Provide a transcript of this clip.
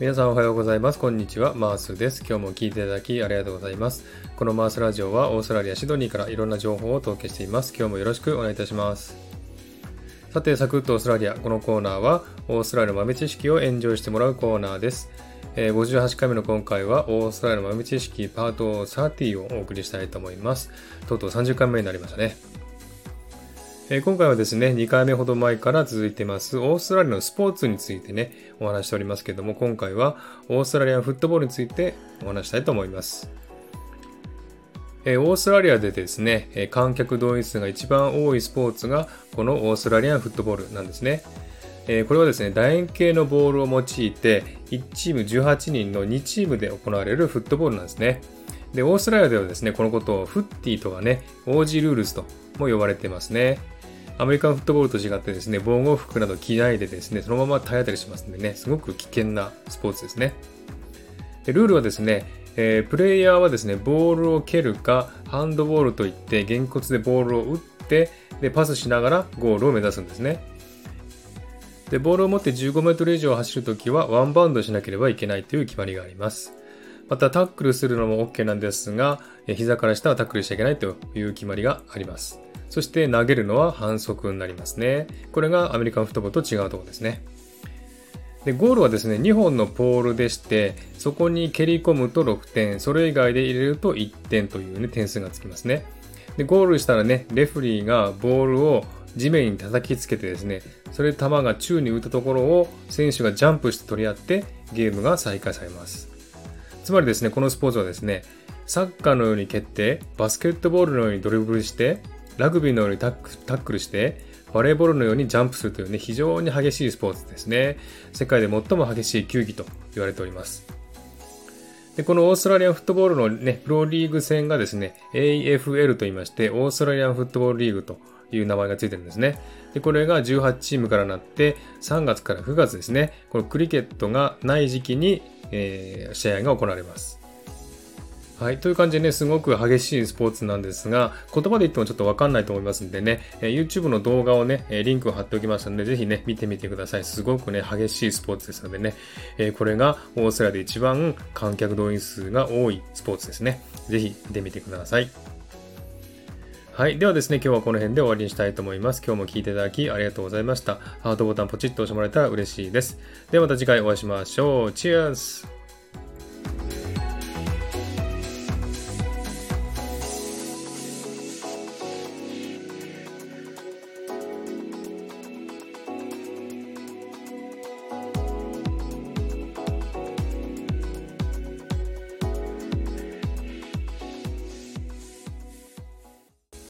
皆さんおはようございます。こんにちは。マースです。今日も聞いていただきありがとうございます。このマースラジオはオーストラリア・シドニーからいろんな情報をお届けしています。今日もよろしくお願いいたします。さて、サクッとオーストラリア。このコーナーはオーストラリアの豆知識をエンジョイしてもらうコーナーです。58回目の今回はオーストラリアの豆知識パート30をお送りしたいと思います。とうとう30回目になりましたね。今回はですね、2回目ほど前から続いていますオーストラリアのスポーツについてね、お話しておりますけども、今回はオーストラリアフットボールについてお話したいと思います。オーストラリアでですね、観客動員数が一番多いスポーツがこのオーストラリアンフットボールなんですね。これはですね、楕円形のボールを用いて1チーム18人の2チームで行われるフットボールなんですね。で、オーストラリアではですね、このことをフッティとかね、オージールールズとも呼ばれていますね。アメリカンフットボールと違ってですね、防護服など着ないでですね、そのまま体当たりしますんでね、すごく危険なスポーツですね。で、ルールはですね、プレイヤーはですね、ボールを蹴るか、ハンドボールといって、げんこつでボールを打って、で、パスしながらゴールを目指すんですね。で、ボールを持って15メートル以上走るときは、ワンバウンドしなければいけないという決まりがあります。また、タックルするのも OK なんですが、膝から下はタックルしちゃいけないという決まりがあります。そして投げるのは反則になりますね。これがアメリカンフットボールと違うところですね。で、ゴールはですね、2本のポールでして、そこに蹴り込むと6点、それ以外で入れると1点というね、点数がつきますね。で、ゴールしたらね、レフェリーがボールを地面に叩きつけてですね、それ球が宙に浮いたところを選手がジャンプして取り合ってゲームが再開されます。つまりですね、このスポーツはですね、サッカーのように蹴って、バスケットボールのようにドリブルして、ラグビーのようにタックルして、バレーボールのようにジャンプするというね、非常に激しいスポーツですね。世界で最も激しい球技と言われております。で、このオーストラリアンフットボールのね、プロリーグ戦がですね、AFL と言いまして、オーストラリアンフットボールリーグという名前がついてるんですね。で、これが18チームからなって、3月から9月ですね、このクリケットがない時期に、試合が行われます。はい。という感じでね、すごく激しいスポーツなんですが、言葉で言ってもちょっとわかんないと思いますんでね、YouTube の動画をね、リンクを貼っておきましたので、ぜひね、見てみてください。すごくね、激しいスポーツですのでね、これがオーストラリアで一番観客動員数が多いスポーツですね。ぜひ見てみてください。はい。ではですね、今日はこの辺で終わりにしたいと思います。今日も聞いていただきありがとうございました。ハートボタンポチッと押してもらえたら嬉しいです。ではまた次回お会いしましょう。チェアーズ